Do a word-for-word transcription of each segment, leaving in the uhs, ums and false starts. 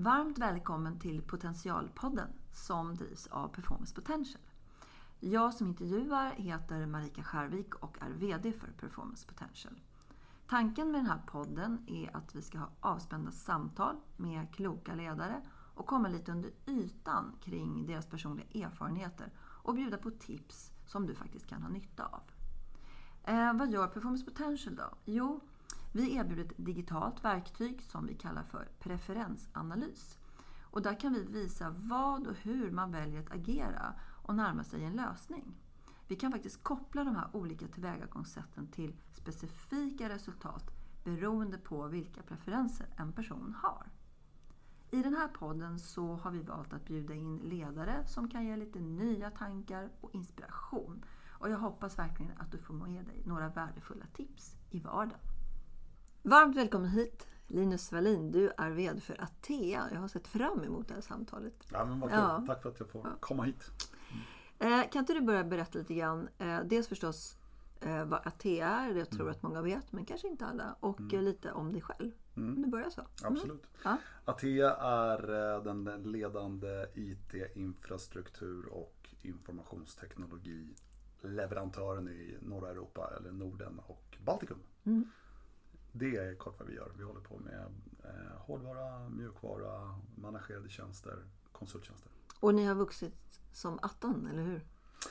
Varmt välkommen till Potentialpodden som drivs av Performance Potential. Jag som intervjuar heter Marika Skärvik och är vd för Performance Potential. Tanken med den här podden är att vi ska ha avspända samtal med kloka ledare och komma lite under ytan kring deras personliga erfarenheter och bjuda på tips som du faktiskt kan ha nytta av. Eh, vad gör Performance Potential då? Jo, vi erbjuder ett digitalt verktyg som vi kallar för preferensanalys. Och där kan vi visa vad och hur man väljer att agera och närma sig en lösning. Vi kan faktiskt koppla de här olika tillvägagångssätten till specifika resultat beroende på vilka preferenser en person har. I den här podden så har vi valt att bjuda in ledare som kan ge lite nya tankar och inspiration. Och jag hoppas verkligen att du får med dig några värdefulla tips i vardagen. Varmt välkommen hit Linus Wallin, du är vd för Atea. Jag har sett fram emot det här samtalet. Ja, men vad kul. Ja. Tack för att jag får ja. komma hit. Mm. Eh, kan inte du börja berätta lite grann, eh, dels förstås eh, vad Atea är, jag tror mm. att många vet, men kanske inte alla, och mm. eh, lite om dig själv. Mm. Om du börjar så. Mm. Absolut. Ja. Atea är eh, den ledande I T-infrastruktur och informationsteknologi-leverantören i norra Europa, eller Norden och Baltikum. Mm. Det är kort vad vi gör. Vi håller på med eh, hårdvara, mjukvara, managerade tjänster, konsulttjänster. Och ni har vuxit som attan, eller hur?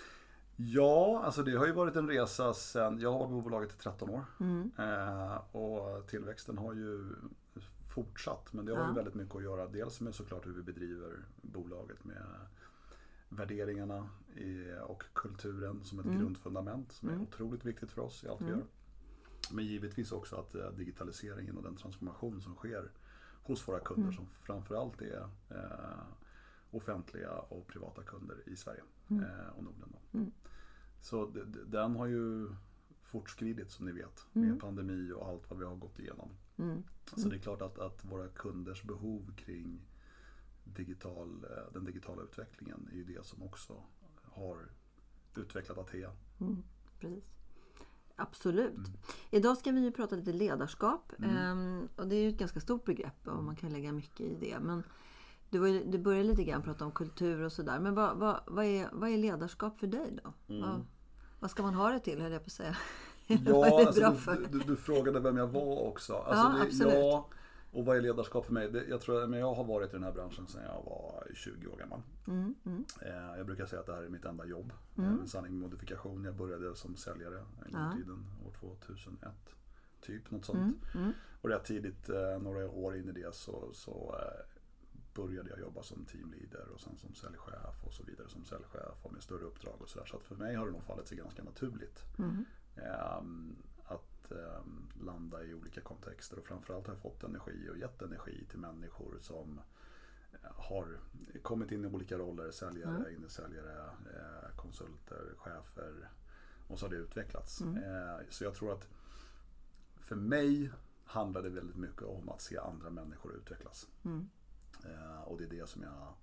Ja, alltså det har ju varit en resa sen, jag har varit på bolaget i tretton år. Mm. Eh, och tillväxten har ju fortsatt, men det har ja. ju väldigt mycket att göra. Dels med såklart hur vi bedriver bolaget med värderingarna i, och kulturen som ett mm. grundfundament som är mm. otroligt viktigt för oss i allt mm. vi gör. Men givetvis också att digitaliseringen och den transformation som sker hos våra kunder mm. som framförallt är eh, offentliga och privata kunder i Sverige mm. eh, och Norden. Då. Mm. Så d- d- den har ju fortskridit som ni vet mm. med pandemi och allt vad vi har gått igenom. Mm. Mm. Så det är klart att, att våra kunders behov kring digital, den digitala utvecklingen är ju det som också har utvecklat Atea. Mm. Precis. Absolut. Mm. Idag ska vi ju prata lite ledarskap. Mm. Um, och det är ju ett ganska stort begrepp och man kan lägga mycket i det. Men du, var, du började lite grann prata om kultur och sådär. Men vad, vad, vad, är, vad är ledarskap för dig då? Mm. Vad, vad ska man ha det till, höll jag på att säga? Ja, alltså, du, du, du frågade vem jag var också. Alltså, ja, det, absolut. Ja, och vad är ledarskap för mig? Det, jag tror att jag har varit i den här branschen sedan jag var tjugo år gammal. Mm, mm. Eh, jag brukar säga att det här är mitt enda jobb. Mm. En sanning med modifikation. Jag började som säljare en gång i tiden, år tvåtusenett. Typ, något sånt. Mm, mm. Och rätt tidigt, eh, några år in i det, så, så eh, började jag jobba som teamleader och sen som säljchef och så vidare. Som säljchef och med större uppdrag och sådär. Så att för mig har det nog fallit sig ganska naturligt. Mm. Eh, att eh, landa i olika kontexter, och framförallt har jag fått energi och gett energi till människor som har kommit in i olika roller, säljare, mm. innesäljare, eh, konsulter, chefer, och så har det utvecklats. Mm. Eh, så jag tror att för mig handlar det väldigt mycket om att se andra människor utvecklas. Mm. Eh, och det är det som jag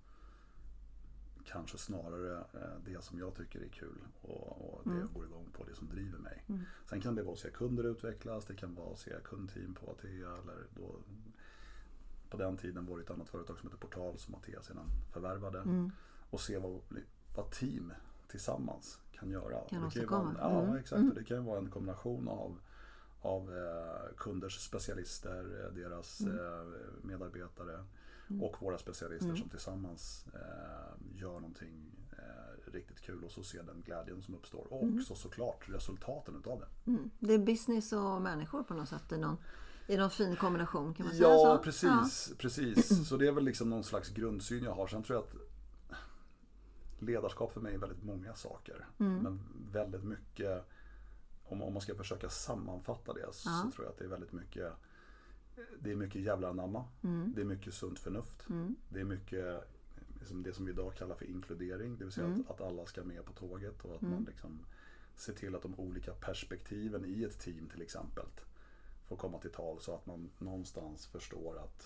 kanske snarare eh, det som jag tycker är kul och, och det mm. jag går igång på, det som driver mig. Mm. Sen kan det vara att se kunder utvecklas, det kan vara att se kundteam på Atea, eller då på den tiden var det ett annat företag som heter Portal som Atea sedan förvärvade. Mm. Och se vad, vad team tillsammans kan göra. Kan det kan ju vara en, ja, mm. exakt. Mm. Det kan ju vara en kombination av, av eh, kunders specialister, deras mm. eh, medarbetare mm. och våra specialister mm. som tillsammans eh, gör någonting eh, riktigt kul, och så ser den glädjen som uppstår. Och mm. också såklart resultaten utav det. Mm. Det är business och människor på något sätt i någon I någon fin kombination, kan man ja, säga så? Precis, ja, precis. Så det är väl liksom någon slags grundsyn jag har. Sen tror jag att ledarskap för mig är väldigt många saker. Mm. Men väldigt mycket, om, om man ska försöka sammanfatta det, så, ja. så tror jag att det är väldigt mycket, det är mycket jävla anamma. Mm. Det är mycket sunt förnuft. Mm. Det är mycket liksom det som vi idag kallar för inkludering. Det vill säga mm. att, att alla ska med på tåget, och att mm. man liksom ser till att de olika perspektiven i ett team till exempel får komma till tal, så att man någonstans förstår att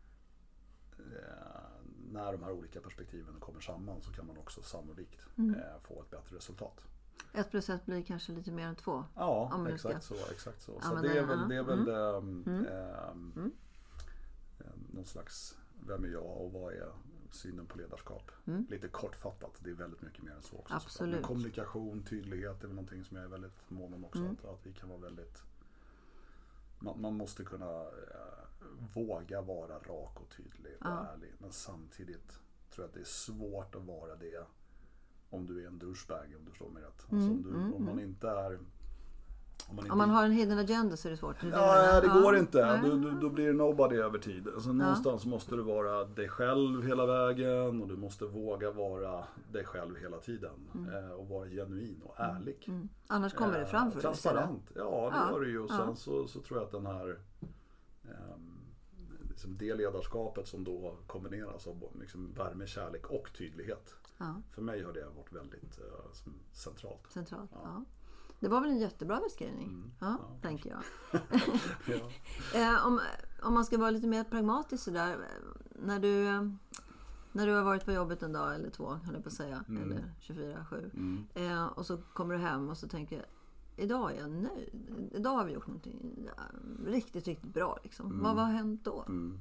eh, när de här olika perspektiven kommer samman, så kan man också sannolikt mm. eh, få ett bättre resultat. Ett plus ett blir kanske lite mer än två. Ja, exakt så, exakt så. Så det är väl, det är väl mm. ähm, mm. Ähm, mm. någon slags vem är jag och vad är synen på ledarskap? Mm. Lite kortfattat, det är väldigt mycket mer än så också. Absolut. Men kommunikation, tydlighet är väl någonting som jag är väldigt mån om också. Mm. Att, att vi kan vara väldigt... Man, man måste kunna eh, våga vara rak och tydlig och ja. ärlig. Men samtidigt tror jag att det är svårt att vara det om du är en douchebag, om du förstår mig rätt. Mm. Alltså om, du, mm. om man inte är... Om man, om man har en hidden agenda så är det svårt. Det ja, det går ja. inte. Då, då, då blir det nobody över tid. Alltså, någonstans ja. måste du vara dig själv hela vägen och du måste våga vara dig själv hela tiden. Mm. Eh, och vara genuin och ärlig. Mm. Annars kommer det fram för eh, Transparent. Det. Ja, det ja. gör det ju. Och sen ja. så, så tror jag att den här eh, liksom det ledarskapet som då kombineras av liksom värme, kärlek och tydlighet. Ja. För mig har det varit väldigt eh, centralt. Centralt, ja. ja. Det var väl en jättebra beskrivning, mm. ja, ja, tänker jag. ja. om, om man ska vara lite mer pragmatisk sådär, när du, när du har varit på jobbet en dag eller två, höll jag på att säga, mm. eller tjugofyra sju, mm. eh, och så kommer du hem och så tänker jag, idag är jag nöjd. Idag har vi gjort någonting riktigt, riktigt bra. Liksom. Mm. Vad, vad har hänt då? Mm.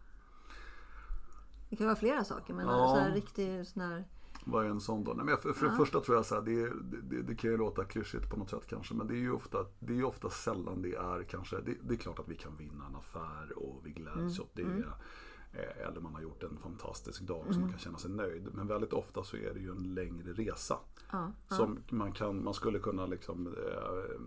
Det kan vara flera saker, men ja. så här riktigt sån här... Vad är en sån då? Nej, men för för ja. det första tror jag så här, det, det, det kan ju låta klyschigt på något sätt kanske, men det är ju ofta, det är ju ofta sällan det är kanske, det, det är klart att vi kan vinna en affär och vi gläds mm. åt det, mm. eller man har gjort en fantastisk dag mm. så man kan känna sig nöjd, men väldigt ofta så är det ju en längre resa ja. som ja. man kan, man skulle kunna liksom eh,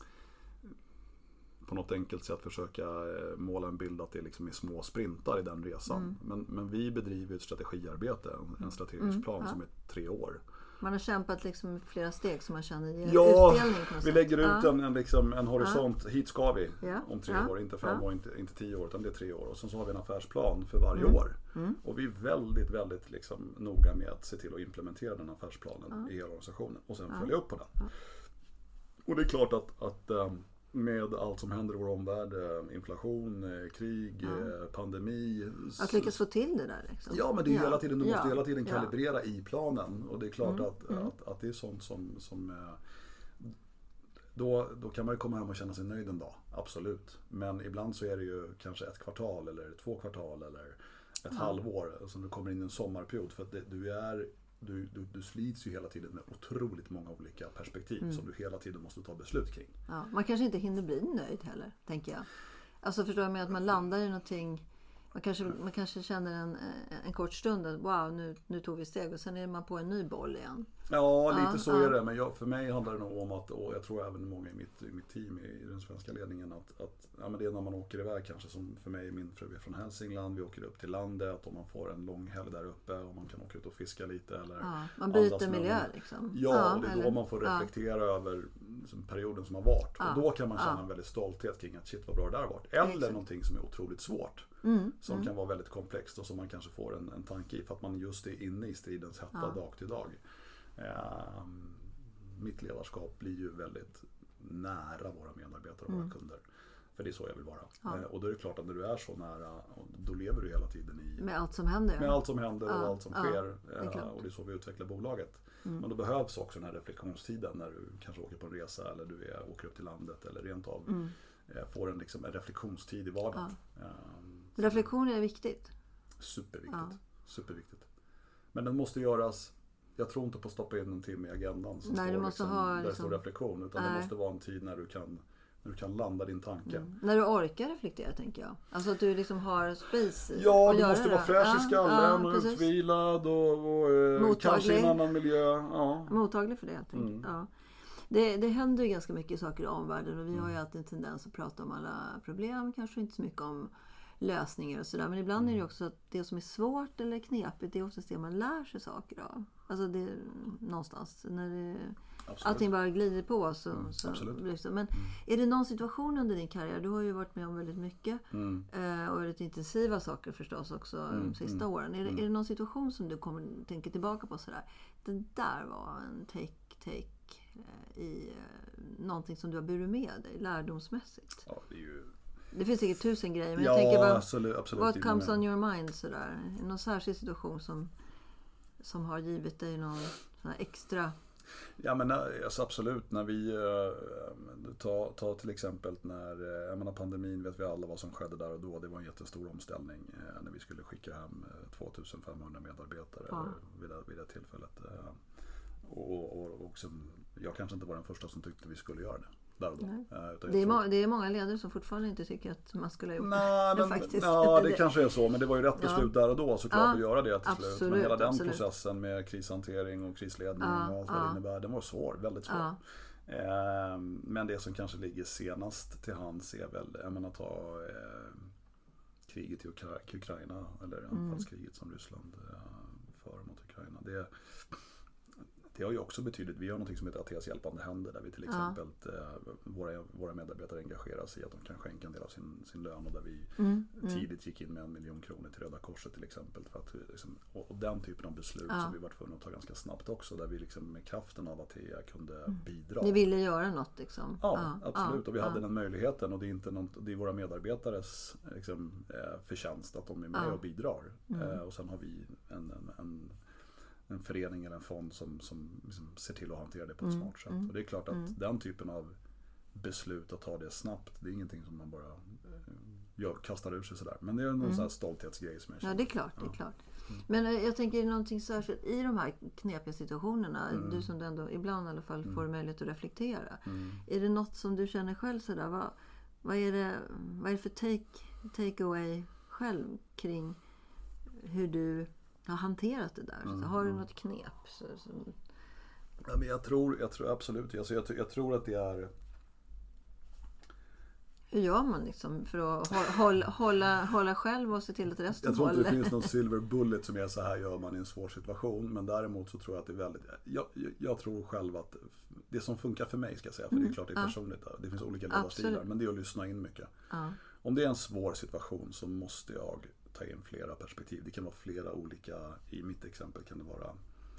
på något enkelt sätt försöka måla en bild att det liksom är små sprintar i den resan. Mm. Men, men vi bedriver ett strategiarbete, en, en strategisk mm. plan ja. som är tre år. Man har kämpat liksom flera steg som man känner ger ja, utdelning på något vi sätt. lägger ut ja. en, en, liksom, en horisont. Ja. Hit ska vi ja. om tre ja. år, inte fem ja. år, inte, inte tio år, utan det är tre år. Och sen så har vi en affärsplan för varje mm. år. Mm. Och vi är väldigt, väldigt liksom, noga med att se till att implementera den affärsplanen ja. i hela organisationen. Och sen ja. följa upp på den. Ja. Och det är klart att, att med allt som händer i vår omvärld, inflation, krig, ja. pandemi. Att lyckas få till det där liksom. Ja, men det är ja. hela tiden, du måste ja. hela tiden kalibrera ja. i planen. Och det är klart mm. Att, Mm. att, att det är sånt som, som då, då kan man ju komma hem och känna sig nöjd en dag, absolut. Men ibland så är det ju kanske ett kvartal eller två kvartal eller ett ja. halvår som du kommer in i en sommarperiod. För att det, du är Du, du, du slits ju hela tiden med otroligt många olika perspektiv mm. som du hela tiden måste ta beslut kring. Ja, man kanske inte hinner bli nöjd heller, tänker jag. Alltså förstår jag med att man landar i någonting, man kanske, man kanske känner en, en kort stund att wow, nu, nu tog vi steg och sen är man på en ny boll igen. Ja, lite ja, så ja. är det. Men jag, för mig handlar det nog om att, och jag tror även många i mitt, i mitt team i den svenska ledningen, att, att ja, men det är när man åker iväg kanske, som för mig, min fru är från Hälsingland, vi åker upp till landet och man får en lång helg där uppe och man kan åka ut och fiska lite. Eller ja, man byter miljö liksom. Ja, ja, och det är eller, då man får reflektera ja. över liksom, perioden som har varit. Ja, och då kan man känna ja. en väldigt stolthet kring att shit vad bra det där har varit. Eller exakt. någonting som är otroligt svårt. Mm, som mm. kan vara väldigt komplext och som man kanske får en, en tanke i för att man just är inne i stridens hetta ja. dag till dag. Eh, mitt ledarskap blir ju väldigt nära våra medarbetare och mm. våra kunder. För det är så jag vill vara. Ja. Eh, och då är det klart att när du är så nära, då lever du hela tiden i... Med allt som händer. Med allt som händer och ja. allt som ja. sker. Det eh, och det är så vi utvecklar bolaget. Mm. Men då behövs också den här reflektionstiden när du kanske åker på en resa eller du är, åker upp till landet eller rent av mm. eh, får en, liksom, en reflektionstid i vardagen. Ja. Eh, Reflektion är viktigt. Superviktigt. Ja. Superviktigt. Men den måste göras. Jag tror inte på att stoppa in en timme i agendan som Nej, står, du måste liksom, ha, där det liksom, står reflektion. Utan nej. det måste vara en tid när du kan, när du kan landa din tanke. Mm. När du orkar reflektera, tänker jag. Alltså att du liksom har space. Ja, du måste vara fräsch ja, i skallen ja, och utvilad och, och eh, kanske i en annan miljö. Ja. Mottaglig för det, helt enkelt. Mm. Ja. Det, det händer ju ganska mycket saker i omvärlden och vi har ju alltid en tendens att prata om alla problem, kanske inte så mycket om lösningar och sådär. Men ibland mm. är det också att det som är svårt eller knepigt, det är oftast det man lär sig saker av. Alltså det någonstans när det, allting bara glider på så, mm, så absolut. Men mm. är det någon situation under din karriär, du har ju varit med om väldigt mycket mm. eh, och väldigt intensiva saker förstås också mm, de sista mm, åren. Är det, mm. är det någon situation som du kommer tänka tillbaka på sådär? Det där var en take, take eh, i eh, någonting som du har burit med dig lärdomsmässigt. Ja, det är ju Det finns säkert tusen grejer, men ja, jag tänker bara, absolut, absolut, what comes on your mind sådär? Någon särskild situation som, som har givit dig någon sån här extra Ja men alltså, absolut, när vi äh, tar ta till exempel när jag menar, pandemin, vet vi alla vad som skedde där och då. Det var en jättestor omställning äh, när vi skulle skicka hem tvåtusenfemhundra medarbetare ja. vid, det, vid det tillfället. Äh, och, och, och sen, jag kanske inte var den första som tyckte vi skulle göra det. Där och då. Äh, det, är må- det är många ledare som fortfarande inte tycker att man skulle ha gjort Nej, det. Men, faktiskt. Ja, det kanske är så. Men det var ju rätt beslut ja. där och då såklart ja. att göra det till absolut, slut. Men hela den absolut. processen med krishantering och krisledning ja, och allt vad ja. det innebär, den var svår, väldigt svår. Ja. Eh, men det som kanske ligger senast till hands är väl, jag menar ta eh, kriget i Ukra- Ukraina, eller anfallskriget som Ryssland eh, för mot Ukraina. Det Det har ju också betydit, vi har något som heter Ateas hjälpande händer där vi till exempel ja. eh, våra, våra medarbetare engagerar sig i att de kan skänka en del av sin, sin lön och där vi mm, tidigt mm. gick in med en miljon kronor till Röda Korset till exempel. För att, liksom, och, och den typen av beslut ja. som vi var tvungna att ta ganska snabbt också där vi liksom med kraften av Atea kunde mm. bidra. Ni ville göra något liksom? Ja, ja absolut. Ja, och vi hade ja. den möjligheten och det är inte något, det är våra medarbetares liksom, eh, förtjänst att de är med ja. och bidrar. Mm. Eh, och sen har vi en, en, en en förening eller en fond som, som liksom ser till att hantera det på ett mm, smart sätt. Mm, och det är klart att mm. den typen av beslut att ta det snabbt, det är ingenting som man bara gör, kastar ur sig sådär. Men det är någon mm. sån här stolthetsgrej som jag känner. Ja, det är klart. Det är klart. Mm. Men jag tänker någonting särskilt i de här knepiga situationerna, mm. du som ändå ibland i alla fall får mm. möjlighet att reflektera. Mm. Är det något som du känner själv sådär? Vad, vad, är, det, vad är det för take, take away själv kring hur du har hanterat det där? Mm. Så har du något knep? Så, så... Ja, men jag tror, jag tror absolut. Alltså jag, jag tror att det är... Hur gör man liksom för att hålla, hålla, hålla själv och se till att resten Jag tror håller? inte det finns någon silver bullet som är så här gör man i en svår situation. Men däremot så tror jag att det är väldigt... Jag, jag, jag tror själv att det som funkar för mig ska jag säga. För mm. det är klart det är personligt. Ja. Det finns olika ledarstilar. Men det är att lyssna in mycket. Ja. Om det är en svår situation så måste jag ta in flera perspektiv. Det kan vara flera olika, i mitt exempel kan det vara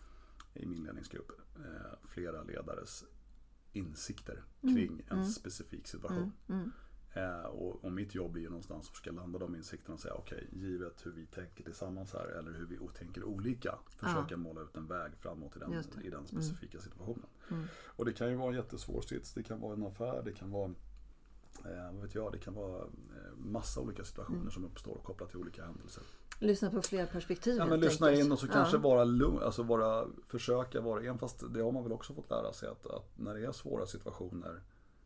i min ledningsgrupp, eh, flera ledares insikter kring mm. en mm. specifik situation. Mm. Mm. Eh, och, och mitt jobb är ju någonstans att försöka landa de insikterna och säga okej, okay, givet hur vi tänker tillsammans här eller hur vi tänker olika, försöka ja. måla ut en väg framåt i den, i den specifika mm. situationen. Mm. Och det kan ju vara en jättesvår sits, det kan vara en affär, det kan vara Eh, vad vet jag, det kan vara eh, massa olika situationer mm. som uppstår kopplat till olika händelser. Lyssna på flera perspektiv. Ja, men lyssna in och så kanske ja. vara lugn, alltså vara, försöka vara en, fast det har man väl också fått lära sig att, att när det är svåra situationer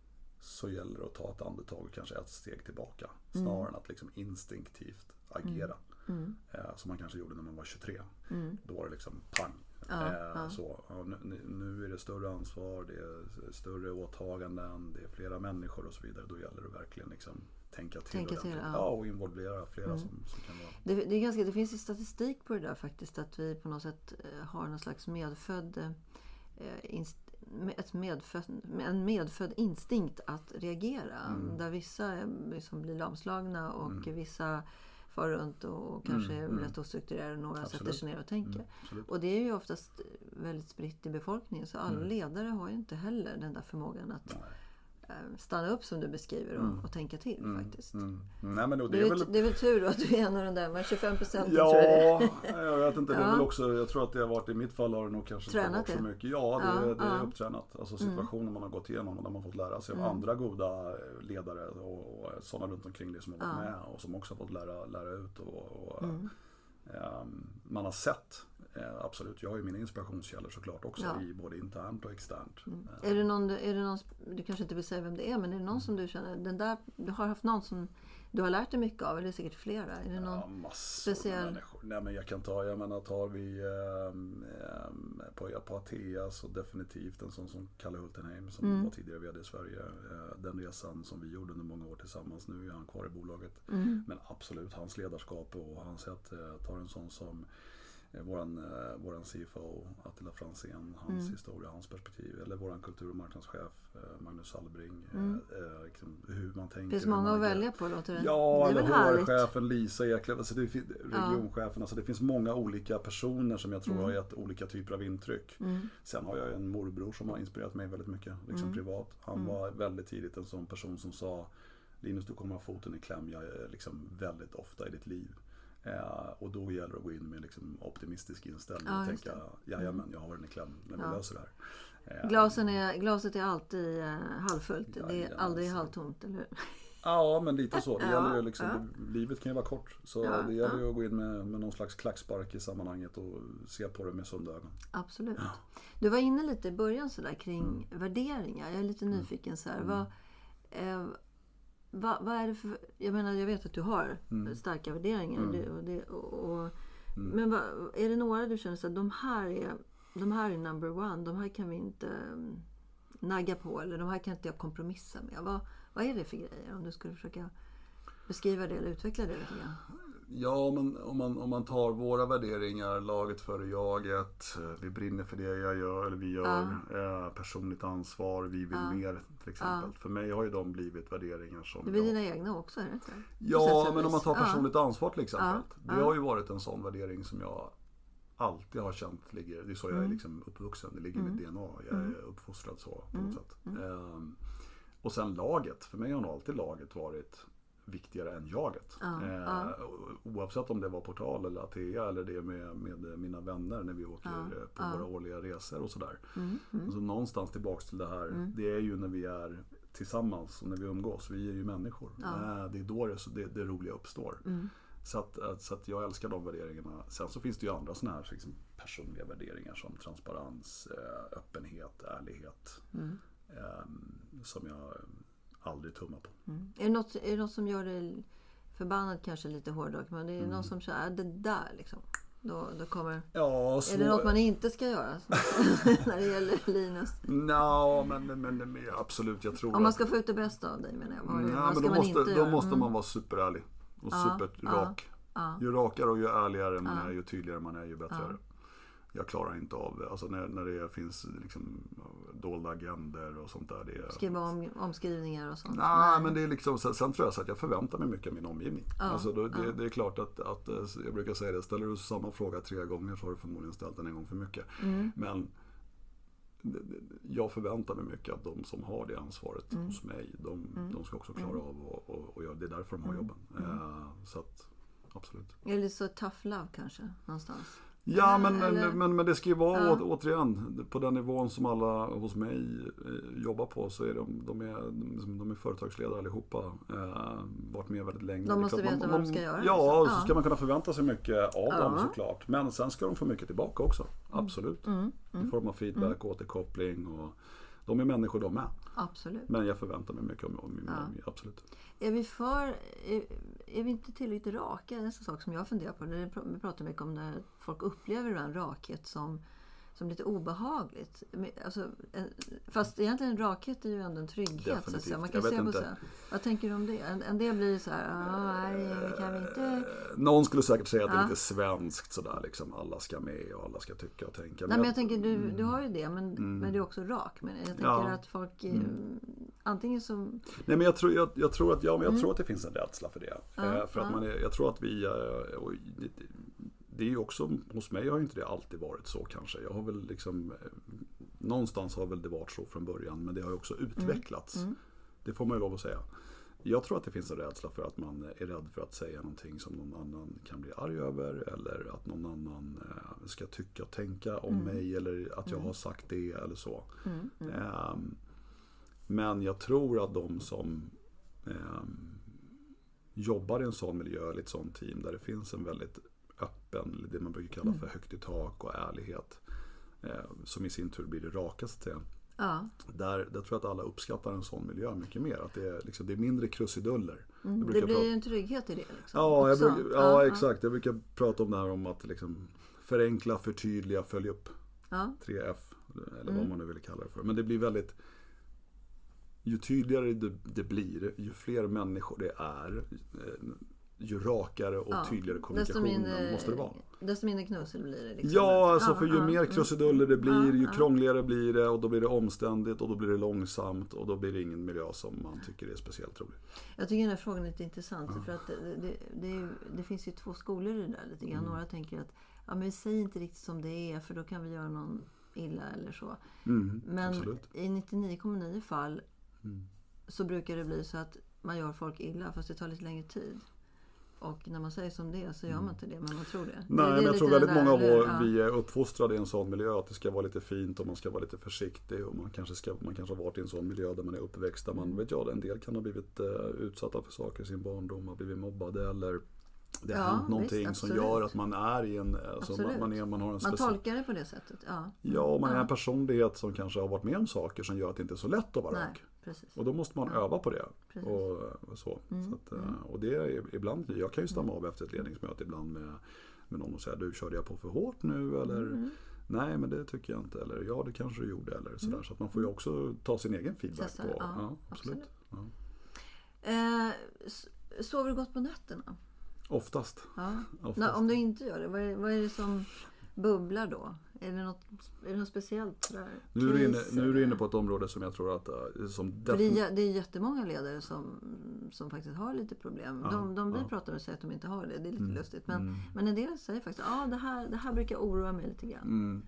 så gäller det att ta ett andetag och kanske ett steg tillbaka mm. snarare än att liksom instinktivt agera. Mm. Mm. Eh, som man kanske gjorde när man var tjugotre. Mm. Då var det liksom pang. Ja, eh, ja. Så, ja, nu, nu är det större ansvar, det är större åtaganden, det är flera människor och så vidare. Då gäller det verkligen liksom tänka till, tänka till ja. ja, och involvera flera mm. som, som kan vara... Det, det, är ganska, det finns ju statistik på det där faktiskt, att vi på något sätt har någon slags medfödd eh, inst, ett medfödd, en medfödd instinkt att reagera. Mm. Där vissa liksom blir lamslagna och mm. vissa far runt och kanske mm, mm. rätt ostrukturerade, några absolut. Sätter sig ner och tänker. Mm, och det är ju oftast väldigt spritt i befolkningen, så alla mm. ledare har ju inte heller den där förmågan att Nej. stanna upp som du beskriver och, mm. och tänka till mm, faktiskt. Mm. Nej, men då, det, det, är väl... det är väl tur då att du är en av de där tjugofem procent. Ja, tror jag, jag vet inte. Det är väl också, jag tror att det har varit i mitt fall har det nog kanske tränat det så mycket. Ja, det, ja, det är ja. upptränat. Alltså situationer mm. man har gått igenom och där man fått lära sig av mm. andra goda ledare och, och sådana runt omkring det som har varit ja. med och som också har fått lära, lära ut och, och mm. um, man har sett. Eh, absolut, jag har ju mina inspirationskällor såklart också ja. i både internt och externt. Mm. Eh. Är det någon, är det någon, du kanske inte vill säga vem det är, men är det någon mm. som du känner, den där, du har haft någon som du har lärt dig mycket av, eller är det säkert flera? Är det någon ja, massor speciell... människor. Nej, men jag kan ta, jag menar tar vi eh, på, på Atea så definitivt en sån som Kalle Hultenheim som mm. var tidigare vd i Sverige. Eh, den resan som vi gjorde under många år tillsammans, nu är han kvar i bolaget. Mm. Men absolut, hans ledarskap och hans sätt eh, tar en sån som Våran, eh, våran C F O Attila Franzén, hans mm. historia, hans perspektiv, eller våran kultur- och marknadschef eh, Magnus Salbring, mm. eh, liksom, hur man tänker. Det finns många att välja på, låter det. Ja, det är eller H R-chefen Lisa Eklöf, alltså det finns regionchefen, ja. alltså det finns många olika personer som jag tror mm. har gett olika typer av intryck. Mm. Sen har jag en morbror som har inspirerat mig väldigt mycket, liksom mm. privat. Han mm. var väldigt tidigt en sån person som sa: Linus, du kommer ha foten i kläm, jag är liksom väldigt ofta i ditt liv. Eh, och då gäller det att gå in med liksom optimistisk inställning ja, och tänka, jajamän, jag har den i kläm när vi ja. löser det här. Glasen är, glaset är alltid uh, halvfullt, ja, det är aldrig alltså. halvtomt, eller hur? Ja, men lite så. Det ja, gäller ju liksom, ja. Livet kan ju vara kort. Så ja, det gäller ja. ju att gå in med, med någon slags klackspark i sammanhanget och se på det med sunda ögon. Absolut. Ja. Du var inne lite i början så där kring mm. värderingar. Jag är lite nyfiken så här. Mm. Vad, eh, vad, vad är det för... Jag menar, jag vet att du har mm. starka värderingar. Mm. Det, och det, och, och, mm. Men vad, är det några du känner så att de här är, de här är number one. De här kan vi inte um, nagga på. Eller de här kan inte jag kompromissa med. Vad, vad är det för grejer? Om du skulle försöka beskriva det eller utveckla det lite grann. Ja, men om man, om man tar våra värderingar, laget före jaget, vi brinner för det jag gör, eller vi gör, ja. eh, personligt ansvar, vi vill ja. mer till exempel. Ja. För mig har ju de blivit värderingar som... Det blir jag... dina egna också, är det inte? Ja, men om man tar personligt ja. ansvar till exempel. Ja. Det har ju varit en sån värdering som jag alltid har känt ligger, det är så jag är mm. liksom uppvuxen, det ligger i mm. mitt D N A, jag är uppfostrad så på något mm. sätt. Mm. Um, och sen laget, för mig har nog alltid laget varit viktigare än jaget. Ja, eh, ja. Oavsett om det var Portal eller Atea eller det med, med mina vänner när vi åker ja, på ja. våra årliga resor och sådär. Mm, mm. Alltså någonstans tillbaks till det här, mm. det är ju när vi är tillsammans och när vi umgås, vi är ju människor. Ja. Eh, det är då det, det, det roliga uppstår. Mm. Så, att, så att jag älskar de värderingarna. Sen så finns det ju andra såna här liksom, personliga värderingar som transparens, eh, öppenhet, ärlighet. Mm. Eh, som jag aldrig tummar på. Mm. Är, det något, är det något som gör det förbannat, kanske lite hårdrock, men det är mm. någon som säger det där liksom. Då, då kommer... Ja, så... Är det något man inte ska göra när det gäller Linus? No, men, men, men absolut, jag tror om man ska få ut det bästa av dig, menar jag. Vad, ja, vad ska men då man måste, inte då göra? måste mm. man vara superärlig och ja, superrak. Ja, ju rakare och ju ärligare man ja. är, ju tydligare man är, ju bättre ja. är det. Jag klarar inte av det. Alltså när, när det finns liksom dolda agender och sånt där. Det är... Skriva om, omskrivningar och sånt. Nah, Nej, men det är liksom, sen, sen tror jag så att jag förväntar mig mycket av min omgivning. Ja, alltså då, det, ja. det är klart att, att, jag brukar säga det, ställer du samma fråga tre gånger så har du förmodligen ställt den en gång för mycket. Mm. Men jag förväntar mig mycket att de som har det ansvaret mm. hos mig, de, mm. de ska också klara mm. av och, och, och det är därför de har jobben. Mm. Uh, så att, absolut. Är det så tough love kanske, någonstans? Ja, men, men, men, men det ska ju vara ja. å, återigen på den nivån som alla hos mig eh, jobbar på, så är de, de, är, de är företagsledare allihopa. Eh, varit med väldigt länge. De måste klart, veta man, vad de ska göra. Ja, liksom. så ska ja. man kunna förvänta sig mycket av ja. dem såklart. Men sen ska de få mycket tillbaka också. Absolut. Mm. Mm. I form av feedback, mm. återkoppling och de är människor de med. Absolut. Men jag förväntar mig mycket om, om min ja. omgivning, absolut. Är vi för är, är vi inte tillräckligt raka? Det är en sån sak som jag funderar på. Vi pratar mycket om när folk upplever den rakhet som, som lite obehagligt. Alltså, fast egentligen rakhet är ju ändå en trygghet. Så att säga. Man kan se på så här. Vad tänker du om det? En, en del blir så här, nej, kan vi inte... Någon skulle säkert säga att det är lite svenskt sådär, liksom alla ska med och alla ska tycka och tänka. Nej, men jag tänker, du, du har ju det, men, mm. men det är också rak. Men jag tänker ja. att folk... Mm. Antingen som... Nej, men jag tror, jag, jag tror att ja, men jag mm. tror att det finns en rädsla för det. Ja, eh, för ja. att man är, jag tror att vi och det, det är ju också, hos mig har ju inte det alltid varit så kanske. Jag har väl liksom någonstans har väl det varit så från början, men det har ju också utvecklats. Mm. Mm. Det får man ju lov att säga. Jag tror att det finns en rädsla för att man är rädd för att säga någonting som någon annan kan bli arg över, eller att någon annan eh, ska tycka och tänka om mm. mig, eller att jag mm. har sagt det eller så. Mm. Mm. Eh, Men jag tror att de som eh, jobbar i en sån miljö, eller ett sånt team där det finns en väldigt öppen, det man brukar kalla för högt i tak och ärlighet, eh, som i sin tur blir det rakaste. Ja. Där, där tror jag att alla uppskattar en sån miljö mycket mer. Att det är, liksom, det är mindre krusiduller. Mm, det blir prata... en trygghet i det. Liksom, ja, jag bruk, ja, ja, exakt. Jag brukar prata om det här om att liksom, förenkla, förtydliga, följa upp. Ja. tre F, eller mm. vad man nu vill kalla det för. Men det blir väldigt... Ju tydligare det, det blir, ju fler människor det är, ju rakare och ja, tydligare kommunikationen måste det vara. Desto mindre knussel blir det. Liksom. Ja, alltså för ju ja, mer krusiduller det blir, ja, ju ja. krångligare blir det, och då blir det omständigt och då blir det långsamt och då blir det ingen miljö som man tycker är speciellt rolig. Jag tycker den här frågan är lite intressant ja. för att det, det, det, är, det finns ju två skolor i det där lite grann. Mm. Några tänker att ja, men vi säger inte riktigt som det är, för då kan vi göra någon illa eller så. Mm, men absolut. I nittionio komma nio fall mm. så brukar det bli så att man gör folk illa fast det tar lite längre tid. Och när man säger som det så gör man inte det, men man tror det. Nej, det, det men jag tror väldigt där, många av vår, ja. vi är uppfostrade i en sån miljö att det ska vara lite fint och man ska vara lite försiktig och man kanske, ska, man kanske har varit i en sån miljö där man är uppväxt där man, mm. vet jag, en del kan ha blivit uh, utsatta för saker i sin barndom, har blivit mobbade eller det har ja, hänt någonting visst, som gör att man är i en, alltså man, man, är, man har en man speciell... tolkar det på det sättet, ja. Ja, och man ja. är en personlighet som kanske har varit med om saker som gör att det inte är så lätt att vara rak. Och då måste man ja. öva på det. Och, och, så. Mm. Så att, och det är ibland, jag kan ju stämma av efter ett ledningsmöte ibland med, med någon och säga, du körde jag på för hårt nu eller mm. nej men det tycker jag inte eller ja det kanske du gjorde eller sådär. Mm. Så att man får ju också ta sin egen feedback Tessa, på. Ja, ja, absolut. absolut. Ja. Eh, sover du gott på nätterna? Oftast. Ja. Oftast. Nå, om du inte gör det, vad är, vad är det som bubblar då? Är det något, är det något speciellt där? Nu är, du inne, nu är du inne på ett område som jag tror att som defin- det, är, det är jättemånga ledare som, som faktiskt har lite problem. Ja, de de vi ja. pratar och säger att de inte har det. Det är lite mm, lustigt. Men, mm. men en del säger faktiskt att ah, det, här, det här brukar oroa mig lite grann. Mm.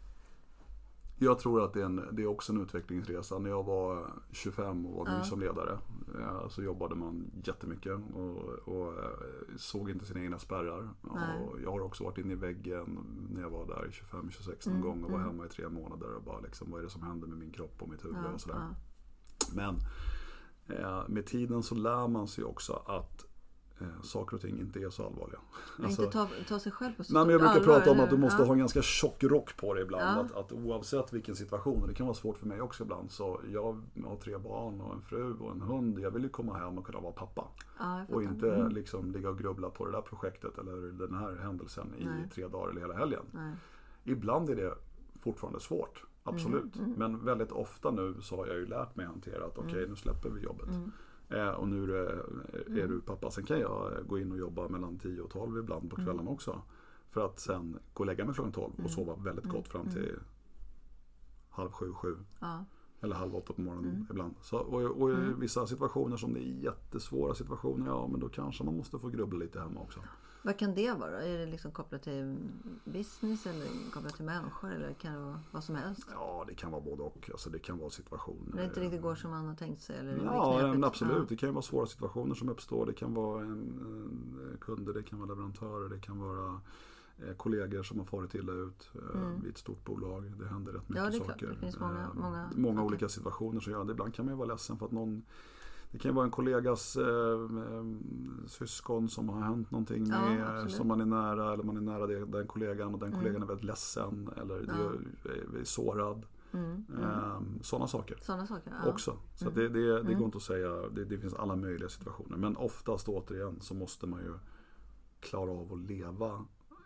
Jag tror att det är, en, det är också en utvecklingsresa. När jag var tjugofem och var ny ja. som ledare så jobbade man jättemycket och, och såg inte sina egna spärrar. Och jag har också varit inne i väggen när jag var där i tjugofem tjugosex någon mm, gång och var mm. hemma i tre månader och bara liksom, vad är det som händer med min kropp och mitt huvud ja, och sådär. Ja. Men eh, med tiden så lär man sig också att Eh, saker och ting inte är så allvarliga. Alltså, inte ta, ta sig själv på så nej, men jag brukar allvar, prata om eller? att du måste ja. ha en ganska tjock rock på dig ibland. Ja. Att, att oavsett vilken situation, och det kan vara svårt för mig också ibland, så jag har tre barn och en fru och en hund. Jag vill ju komma hem och kunna vara pappa. Ja, och inte mm. liksom ligga och grubbla på det där projektet eller den här händelsen i nej. tre dagar eller hela helgen. Nej. Ibland är det fortfarande svårt. Absolut. Mm, mm. Men väldigt ofta nu så har jag ju lärt mig hantera att okej, okay, nu släpper vi jobbet. Mm. Eh, och nu är, är du pappa. Sen kan jag gå in och jobba mellan tio och tolv ibland på kvällarna mm. också. För att sen gå och lägga mig klockan tolv och sova väldigt gott fram till mm. halv sju, sju. Ja. Eller halv åtta på morgonen mm. ibland. Så, och, och i mm. vissa situationer som det är jättesvåra situationer, ja men då kanske man måste få grubbla lite hemma också. Vad kan det vara? Är det liksom kopplat till business eller kopplat till människor eller kan det vara vad som helst? Ja, det kan vara både och. Alltså, det kan vara situationer. Det inte riktigt går som man har tänkt sig? Eller ja, men absolut. Ja. Det kan ju vara svåra situationer som uppstår. Det kan vara en, en kunder, det kan vara leverantörer, det kan vara eh, kollegor som har farit illa ut eh, mm. vid ett stort bolag. Det händer rätt mycket ja, det är saker. Klart. Det finns många, eh, många, många olika situationer som gör det. Ibland kan man ju vara ledsen för att någon det kan ju vara en kollegas eh, syskon som har hänt någonting med, ja, som man är nära eller man är nära det, den kollegan och den kollegan mm. är väldigt ledsen eller ja. är, är sårad. Mm. Mm. Eh, sådana saker. Sådana saker ja. Också. Så mm. det, det, det mm. går inte att säga, det, det finns alla möjliga situationer. Men oftast återigen så måste man ju klara av att leva.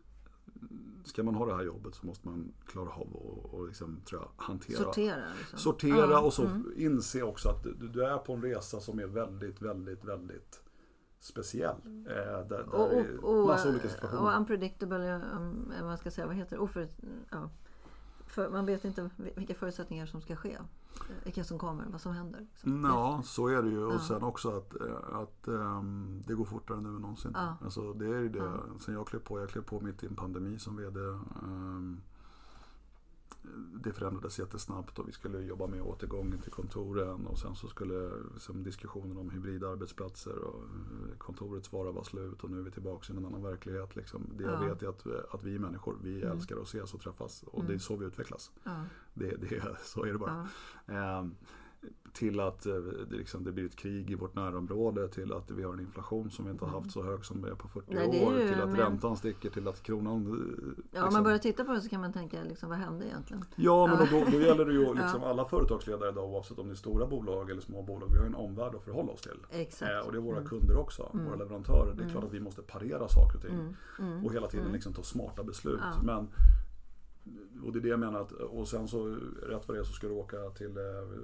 Ska man ha det här jobbet så måste man klara av och, och liksom, tror jag, hantera. Sortera. Liksom. Sortera ja, och så mm. inse också att du, du är på en resa som är väldigt, väldigt, väldigt speciell. Mm. Eh, där, där och, är och, massa olika situationer. Och unpredictable, um, vad man ska säga, vad heter det? Oför, ja. För man vet inte vilka förutsättningar som ska ske. Vilka som kommer, vad som händer. Liksom. Ja, så är det ju. Och ja. sen också att, att um, det går fortare nu än någonsin. Ja. Alltså, det är ju det. Ja. Sen jag klev på, jag klev på mitt i en pandemi som vd. Um, det förändrades jättesnabbt och vi skulle jobba med återgången till kontoren och sen så skulle liksom, diskussionen om hybrida arbetsplatser och kontorets vara var slut och nu är vi tillbaka i en annan verklighet. Liksom. Det jag ja. vet är att, att vi människor, vi mm. älskar att ses och träffas och mm. det är så vi utvecklas. Ja. Det, det, så är det bara. Ja. Um, till att det, liksom, det blir ett krig i vårt närområde, till att vi har en inflation som vi inte har haft så hög som det är på fyrtio Nej, år, ju, till att men... räntan sticker, till att kronan... Liksom... Ja, om man börjar titta på det så kan man tänka, liksom, vad hände egentligen? Ja, men då, då gäller det ju liksom ja. alla företagsledare idag, oavsett om det är stora bolag eller små bolag, vi har en omvärld att förhålla oss till. Exakt. Eh, och det är våra mm. kunder också, mm. våra leverantörer. Det är mm. klart att vi måste parera saker och ting mm. Mm. och hela tiden mm. liksom ta smarta beslut. Ja. Men och det är det jag menar att, och sen så rätt vad det är så ska du åka till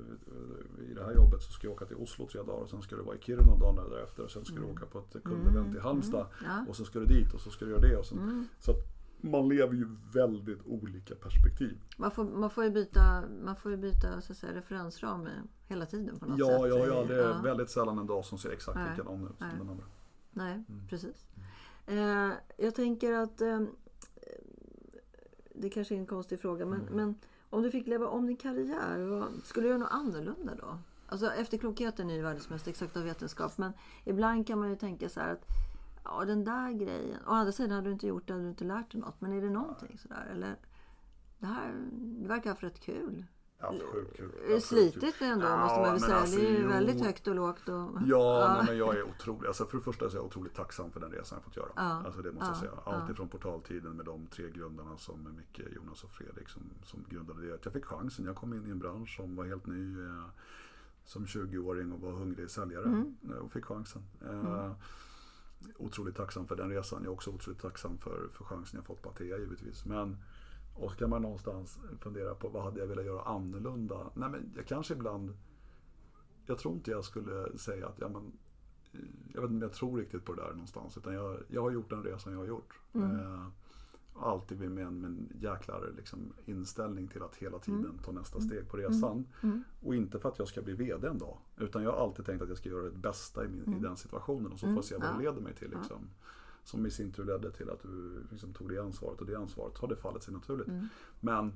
i det här jobbet så ska jag åka till Oslo tre dagar och sen ska du vara i Kiruna dagen därefter och sen ska mm. du åka på ett kundevent i Halmstad mm. ja. och så ska du dit och så ska du göra det och sen, mm. så att man lever ju väldigt olika perspektiv. Man får, man får ju byta, man får ju byta så att säga, referensram hela tiden på något ja, sätt. Ja, ja, det är ja. väldigt sällan en dag som ser exakt Nej. likadan ut som Nej. den andra. Nej, mm. precis. Eh, jag tänker att eh, det kanske är en konstig fråga, men, mm. men om du fick leva om din karriär, vad, skulle du göra något annorlunda då? Alltså efterklokheten är ju världens mest exakta vetenskap, men ibland kan man ju tänka så här att, ja, den där grejen. Å andra sidan hade du inte gjort det, hade du inte lärt dig något. Men är det någonting Nej. sådär? Eller, det här det verkar ha för ett kul. Ja, sjukt kul. Ja, slitigt ändå, ja, måste man väl säga. Alltså, det är ju väldigt högt och lågt. Och, ja, ja. Nej, men jag är otrolig. Alltså, för det första är jag otroligt tacksam för den resan jag fått göra. Ja. Alltså, det måste ja. jag säga. Allt ifrån portaltiden med de tre grundarna som Micke, Jonas och Fredrik som, som grundade det. Jag fick chansen. Jag kom in i en bransch som var helt ny eh, som tjugoåring och var hungrig säljare. Mm. Och fick chansen. Eh, mm. Otroligt tacksam för den resan. Jag är också otroligt tacksam för, för chansen jag fått på Atea givetvis. Men och så kan man någonstans fundera på vad hade jag velat göra annorlunda. Nej, men jag kanske ibland, jag tror inte jag skulle säga att, ja, men, jag vet inte om jag tror riktigt på det där någonstans. Utan jag, jag har gjort den resan jag har gjort. Mm. Eh, alltid med en, med en jäklar liksom, inställning till att hela tiden mm. ta nästa steg på resan. Mm. Mm. Och inte för att jag ska bli vd en dag. Utan jag har alltid tänkt att jag ska göra det bästa i, min, mm. i den situationen. Och så får jag se vad det leder mig till. Liksom. Ja. Som i sin tur ledde till att du liksom tog det ansvaret och det ansvaret har det fallit sig naturligt. Mm. Men,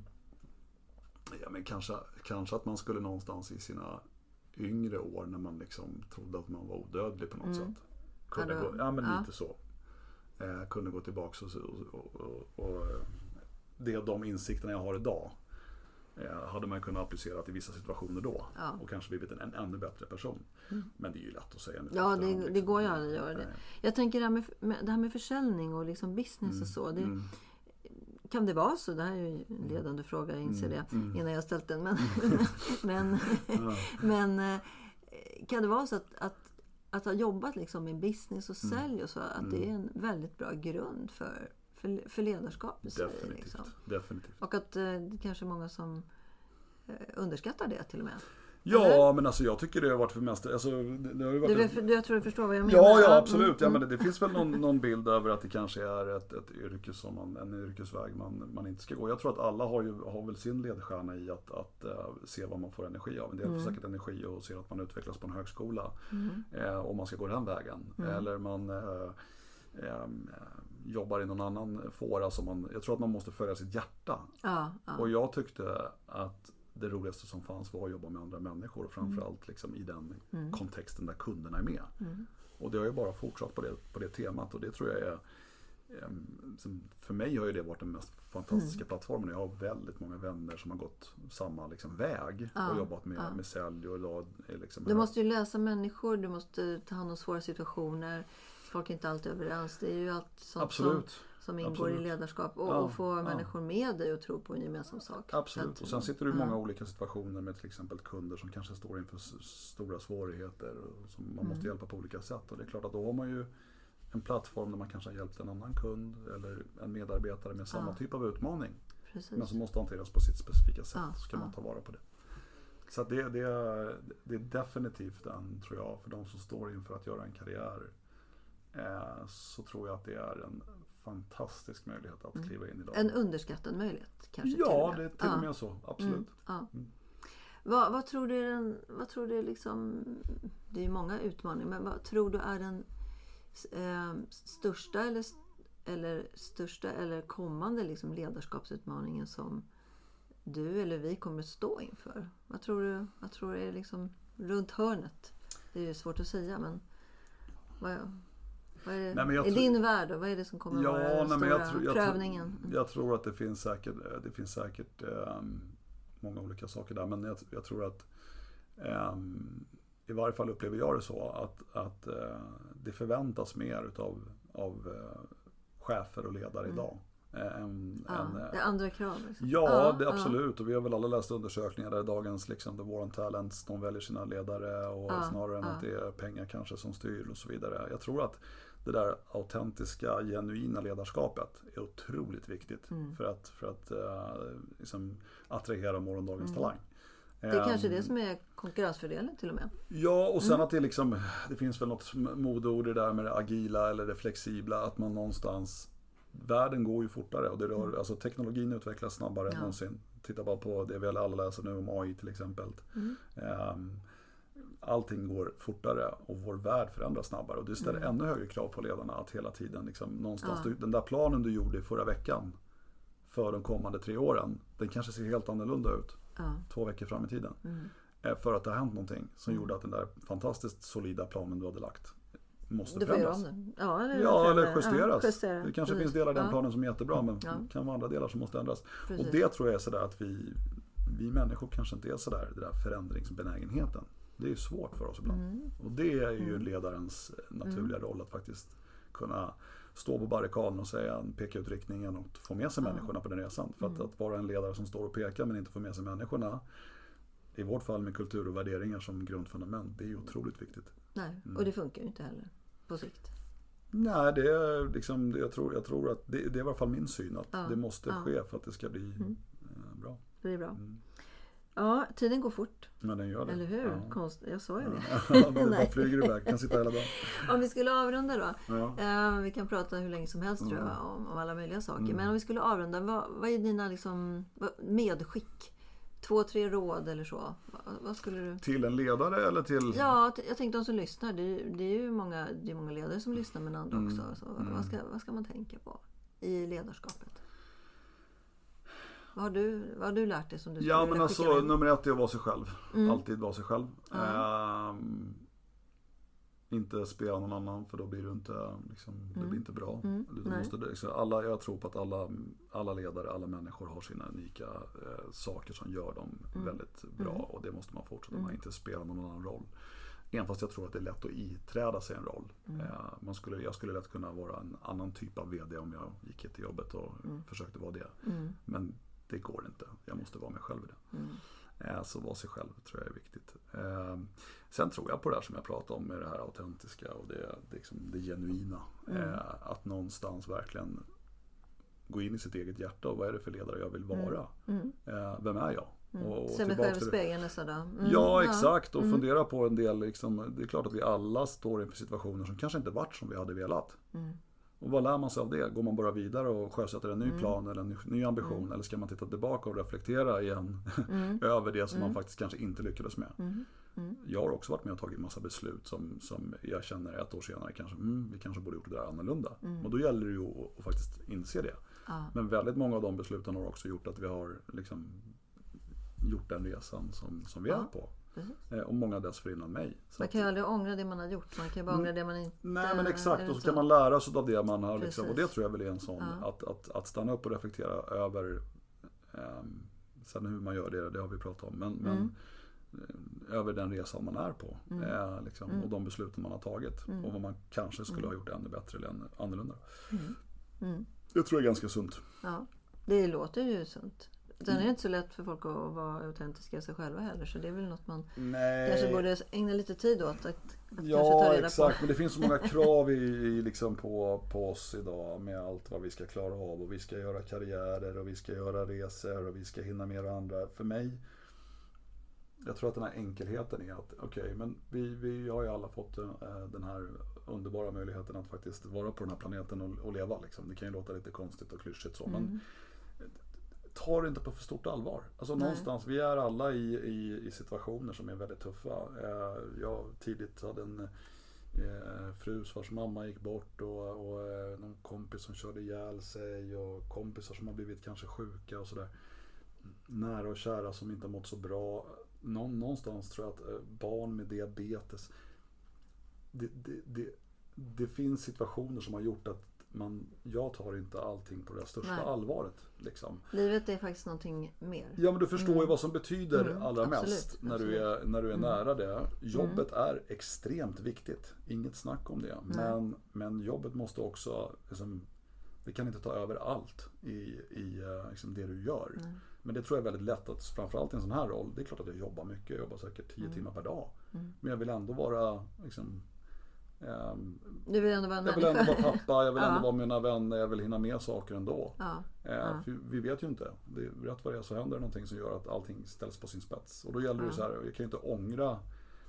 ja, men kanske, kanske att man skulle någonstans i sina yngre år när man liksom trodde att man var odödlig på något mm. sätt. Kunde ja, då, gå, ja men ja. lite så. Eh, kunde gå tillbaka och, och, och, och det är de insikterna jag har idag. Eh, hade man kunnat applicera i vissa situationer då. Ja. Och kanske blivit en, en ännu bättre person. Mm. Men det är ju lätt att säga nu. Ja, det, liksom. det går ju aldrig att göra det. Jag tänker det här med, med, det här med försäljning och liksom business mm. och så. Det, mm. Kan det vara så? Det här är ju en ledande fråga, jag inser det mm. innan jag ställt den. Men, men, ja. men kan det vara så att, att, att ha jobbat liksom med business och sälj mm. och så, att mm. det är en väldigt bra grund för För, för ledarskap i sig. Definitivt, liksom. definitivt. Och att eh, det kanske är många som eh, underskattar det till och med. Ja, eller? Men alltså jag tycker det har varit för mest... Alltså, det har ju varit du, en... jag tror du förstår vad jag menar. Ja, ja absolut. Mm. Ja, men det, det finns väl någon, någon bild över att det kanske är ett, ett yrke som man, en yrkesväg man, man inte ska gå. Jag tror att alla har, ju, har väl sin ledstjärna i att, att uh, se vad man får energi av. En del får mm. säkert energi och ser att man utvecklas på en högskola. Mm. Eh, om man ska gå den vägen. Mm. Eller man... Eh, eh, jobbar i någon annan fåra som man, jag tror att man måste följa sitt hjärta. Ja, ja. Och jag tyckte att det roligaste som fanns var att jobba med andra människor och framförallt mm. liksom i den mm. kontexten där kunderna är med. Mm. Och det har ju bara fortsatt på det, på det temat och det tror jag är för mig har ju det varit den mest fantastiska mm. plattformen. Jag har väldigt många vänner som har gått samma liksom väg ja, och jobbat med, ja. med sälj och idag är liksom du måste ju läsa människor, du måste ta hand om svåra situationer. Folk är inte alltid överens. Det är ju allt sånt som, som ingår Absolut. i ledarskap. Och, ja, och få ja. människor med dig och tro på en gemensam sak. Absolut. Och sen sitter du i många ja. olika situationer med till exempel kunder som kanske står inför stora svårigheter. Och som man mm. måste hjälpa på olika sätt. Och det är klart att då har man ju en plattform där man kanske har hjälpt en annan kund. Eller en medarbetare med samma ja. typ av utmaning. Precis. Men som måste hanteras på sitt specifika sätt. Ja. Så kan ja. man ta vara på det. Så att det, det, är, det är definitivt en, tror jag, för de som står inför att göra en karriär. Så tror jag att det är en fantastisk möjlighet att mm. kliva in idag. En underskattad möjlighet kanske? Ja, det är till och med ja. så. Absolut. Mm. Ja. Mm. Vad, vad tror du är den, vad tror du liksom, det är ju många utmaningar, men vad tror du är den eh, största eller, eller största eller kommande liksom ledarskapsutmaningen som du eller vi kommer att stå inför? Vad tror du, vad tror du är liksom runt hörnet? Det är ju svårt att säga, men vad Vad är, nej, men jag I tro... din värld då? Vad är det som kommer ja, att vara den nej, stora jag tro, jag prövningen? Tro, jag tror att det finns säkert, det finns säkert um, många olika saker där. Men jag, jag tror att um, i varje fall upplever jag det så att, att uh, det förväntas mer utav, av uh, chefer och ledare mm. idag. En, ja, en, det är andra krav. Liksom. Ja, ja, det absolut. Ja. Och vi har väl alla läst undersökningar där dagens liksom, the war on talents, de väljer sina ledare och ja, snarare än ja. att det är pengar kanske som styr och så vidare. Jag tror att det där autentiska, genuina ledarskapet är otroligt viktigt mm. för att, för att uh, liksom, attrahera morgondagens mm. talang. Det är um, kanske det som är konkurrensfördelen till och med. Ja, och sen mm. att det liksom, det finns väl något modeord där med det agila eller det flexibla, att man någonstans världen går ju fortare och det rör, mm. alltså teknologin utvecklas snabbare ja. än någonsin. Titta bara på det vi alla läser nu om A I till exempel. Mm. Um, allting går fortare och vår värld förändras snabbare och det ställer mm. ännu högre krav på ledarna att hela tiden liksom, någonstans, ja. du, den där planen du gjorde förra veckan för de kommande tre åren, den kanske ser helt annorlunda ut ja. två veckor fram i tiden. Mm. För att det har hänt någonting som mm. gjorde att den där fantastiskt solida planen du hade lagt måste du förändras. Det. Ja, eller, ja, eller justeras. Ja, justera. Det kanske Precis. finns delar i den ja. planen som är jättebra, men ja. det kan vara andra delar som måste ändras. Precis. Och det tror jag är sådär att vi, vi människor kanske inte är sådär, det där förändringsbenägenheten. Det är ju svårt för oss ibland. Mm. Och det är ju mm. ledarens naturliga roll att faktiskt kunna stå på barrikaden och säga, peka ut riktningen och få med sig ja. människorna på den resan. För att, mm. att vara en ledare som står och pekar men inte får med sig människorna, i vårt fall med kultur och värderingar som grundfundament, det är ju otroligt viktigt. Nej, och det funkar ju inte heller på sikt. Nej, det är liksom, jag tror, jag tror att det, det är i alla fall min syn att ja. det måste ja. ske för att det ska bli mm. bra. Det blir bra. Mm. Ja, tiden går fort. Ja, den gör det. Eller hur? Ja. Konst, jag sa ju det. Ja, det bara flyger iväg. Kan sitta hela dagen. Om vi skulle avrunda då. Ja. Eh, vi kan prata hur länge som helst mm. tror jag om, om alla möjliga saker. Mm. Men om vi skulle avrunda, vad, vad är dina liksom, medskick? Två, tre råd eller så. Vad, vad skulle du... Till en ledare eller till... Ja, t- jag tänkte de som lyssnar. Det är, det är ju många, det är många ledare som lyssnar, men andra mm. också. Så mm. vad, ska, vad ska man tänka på i ledarskapet? Vad har du, vad har du lärt dig som du skulle Ja, men alltså med? nummer ett är att vara sig själv. Mm. Alltid vara sig själv. Mm. Um, inte spela någon annan, för då blir du inte, liksom, mm. det blir inte bra. Mm. Du måste, liksom, alla, jag tror på att alla, alla ledare, alla människor har sina unika eh, saker som gör dem mm. väldigt bra. Mm. Och det måste man fortsätta med, mm. inte spela någon annan roll. Även fast jag tror att det är lätt att iträda sig en roll. Mm. Eh, man skulle, jag skulle lätt kunna vara en annan typ av vd om jag gick hit till jobbet och mm. försökte vara det. Mm. Men det går inte. Jag måste vara mig själv i det. Mm. Eh, så vara sig själv tror jag är viktigt. Eh, sen tror jag på det här som jag pratade om med det här autentiska och det, det, liksom, det genuina. Mm. Eh, att någonstans verkligen gå in i sitt eget hjärta och vad är det för ledare jag vill vara? Mm. Eh, vem är jag? Mm. Och, och Se mig själv i spegeln nästa dag. Mm. Ja, exakt. Och mm. fundera på en del, liksom, det är klart att vi alla står inför situationer som kanske inte varit som vi hade velat. Mm. Och vad lär man sig av det? Går man bara vidare och sjösätter en ny mm. plan eller en ny ambition? Mm. Eller ska man titta tillbaka och reflektera igen mm. över det som mm. man faktiskt kanske inte lyckades med? Mm. Mm. Jag har också varit med och tagit en massa beslut som, som jag känner ett år senare kanske, mm, vi kanske borde gjort det där annorlunda. Mm. Och då gäller det ju att, att faktiskt inse det. Ah. Men väldigt många av de besluten har också gjort att vi har liksom gjort den resan som, som vi ah. är på. Mm. Och många dessförinnan mig. Så man kan ju aldrig ångra det man har gjort. Man kan ju bara ångra det man inte... Nej, men exakt. Och så kan man lära sig av det man har. Liksom, och det tror jag väl är en sån. Ja. Att, att, att stanna upp och reflektera över um, sen hur man gör det, det har vi pratat om. Men, mm. men över den resan man är på. Mm. Eh, liksom, mm. Och de besluten man har tagit. Mm. Och vad man kanske skulle mm. ha gjort ännu bättre eller annorlunda. Mm. Mm. Det tror jag är ganska sunt. Ja, det låter ju sunt. Sen är det inte så lätt för folk att vara autentiska sig själva heller. Så det är väl något man Nej. kanske borde ägna lite tid åt. Att, att ja, kanske ta reda exakt. på. Men det finns så många krav i, liksom på, på oss idag. Med allt vad vi ska klara av. Och vi ska göra karriärer. Och vi ska göra resor. Och vi ska hinna med andra. För mig, jag tror att den här enkelheten är att okej, okay, men vi, vi har ju alla fått äh, den här underbara möjligheten att faktiskt vara på den här planeten och, och leva. Liksom. Det kan ju låta lite konstigt och klyschigt så. Mm. Men ta det inte på för stort allvar. Alltså Nej. någonstans, vi är alla i, i, i situationer som är väldigt tuffa. Eh, jag tidigt hade en eh, frus vars mamma gick bort och, och eh, någon kompis som körde ihjäl sig och kompisar som har blivit kanske sjuka och sådär. Nära och kära som inte har mått så bra. Någon, någonstans tror jag att eh, barn med diabetes, det, det, det, det finns situationer som har gjort att man, jag tar inte allting på det största Nej. allvaret. Liksom. Livet är faktiskt någonting mer. Ja, men du förstår mm. ju vad som betyder mm, absolut, allra mest när absolut. du är, när du är mm. nära det. Jobbet mm. är extremt viktigt. Inget snack om det. Men, men jobbet måste också, liksom, det kan inte ta över allt i, i liksom det du gör. Mm. Men det tror jag är väldigt lätt att, framförallt i en sån här roll, det är klart att jag jobbar mycket. Jag jobbar säkert tio mm. timmar per dag. Mm. Men jag vill ändå vara liksom, Um, du vill ändå vara en jag vill ändå vara pappa, jag vill ja. ändå vara mina vänner, jag vill hinna med saker ändå. Ja. Uh, ja. Vi vet ju inte. Det är rätt vad det är så händer någonting som gör att allting ställs på sin spets. Och då gäller ja. det så här, jag kan ju inte ångra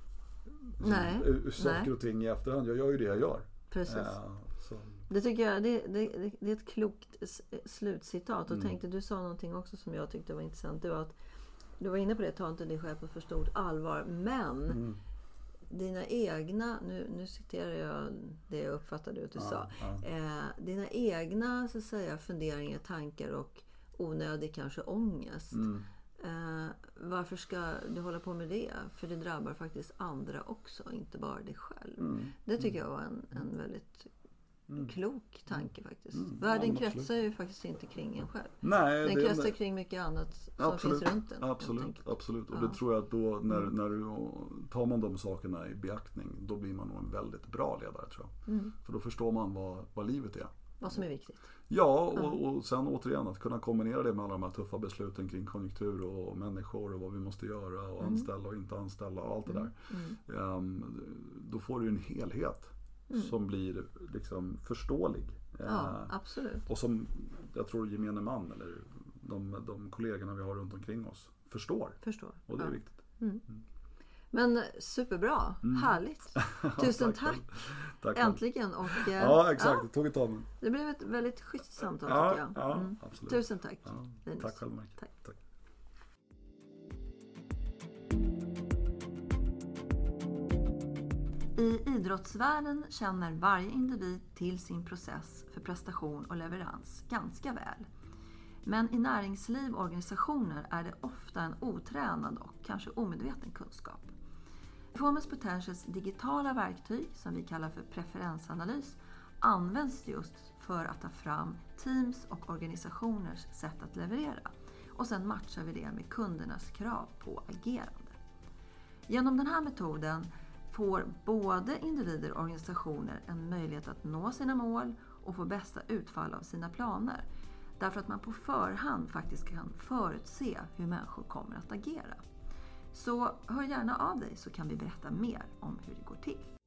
Nej. saker Nej. och ting i efterhand. Jag gör ju det jag gör. Precis. Uh, så. Det tycker jag, det, det, det är ett klokt slutcitat. Och mm. tänkte, du sa någonting också som jag tyckte var intressant. Det var att du var inne på det, ta inte dig själv på för stort allvar. Men mm. dina egna, nu, nu citerar jag det jag uppfattade att du ja, sa. Ja. Eh, dina egna så att säga, funderingar, tankar och onödig kanske ångest. Mm. Eh, varför ska du hålla på med det? För det drabbar faktiskt andra också, inte bara dig själv. Mm. Det tycker jag var en, en väldigt mm. klok tanke faktiskt. Mm. Världen ja, kretsar ju faktiskt inte kring en själv. Nej, den kretsar det... kring mycket annat som absolut, finns runt en. Absolut, absolut. Och ja. det tror jag att då när, mm. när du tar man de sakerna i beaktning, då blir man nog en väldigt bra ledare tror jag. Mm. För då förstår man vad, vad livet är. Vad som är viktigt. Ja, och, och sen återigen att kunna kombinera det med alla de här tuffa besluten kring konjunktur och människor och vad vi måste göra och mm. anställa och inte anställa och allt det där. Mm. Um, då får du en helhet mm. som blir liksom förståelig. Ja, uh, absolut. Och som jag tror gemene man eller de, de kollegorna vi har runt omkring oss förstår. Förstår. Och det är ja. viktigt. Mm. Mm. Men superbra, mm. härligt. Tusen tack. tack. Äntligen. Och, ja, exakt. Ja. Det tog ett tag. Det blev ett väldigt schysst samtal ja, tycker jag. Ja, mm. absolut. Tusen tack. Ja. Tack själv, Mark. Tack. tack. I idrottsvärlden känner varje individ till sin process för prestation och leverans ganska väl. Men i näringsliv och organisationer är det ofta en otränad och kanske omedveten kunskap. Performance Potentials digitala verktyg, som vi kallar för preferensanalys, används just för att ta fram teams och organisationers sätt att leverera. Och sen matchar vi det med kundernas krav på agerande. Genom den här metoden får både individer och organisationer en möjlighet att nå sina mål och få bästa utfall av sina planer. Därför att man på förhand faktiskt kan förutse hur människor kommer att agera. Så hör gärna av dig så kan vi berätta mer om hur det går till.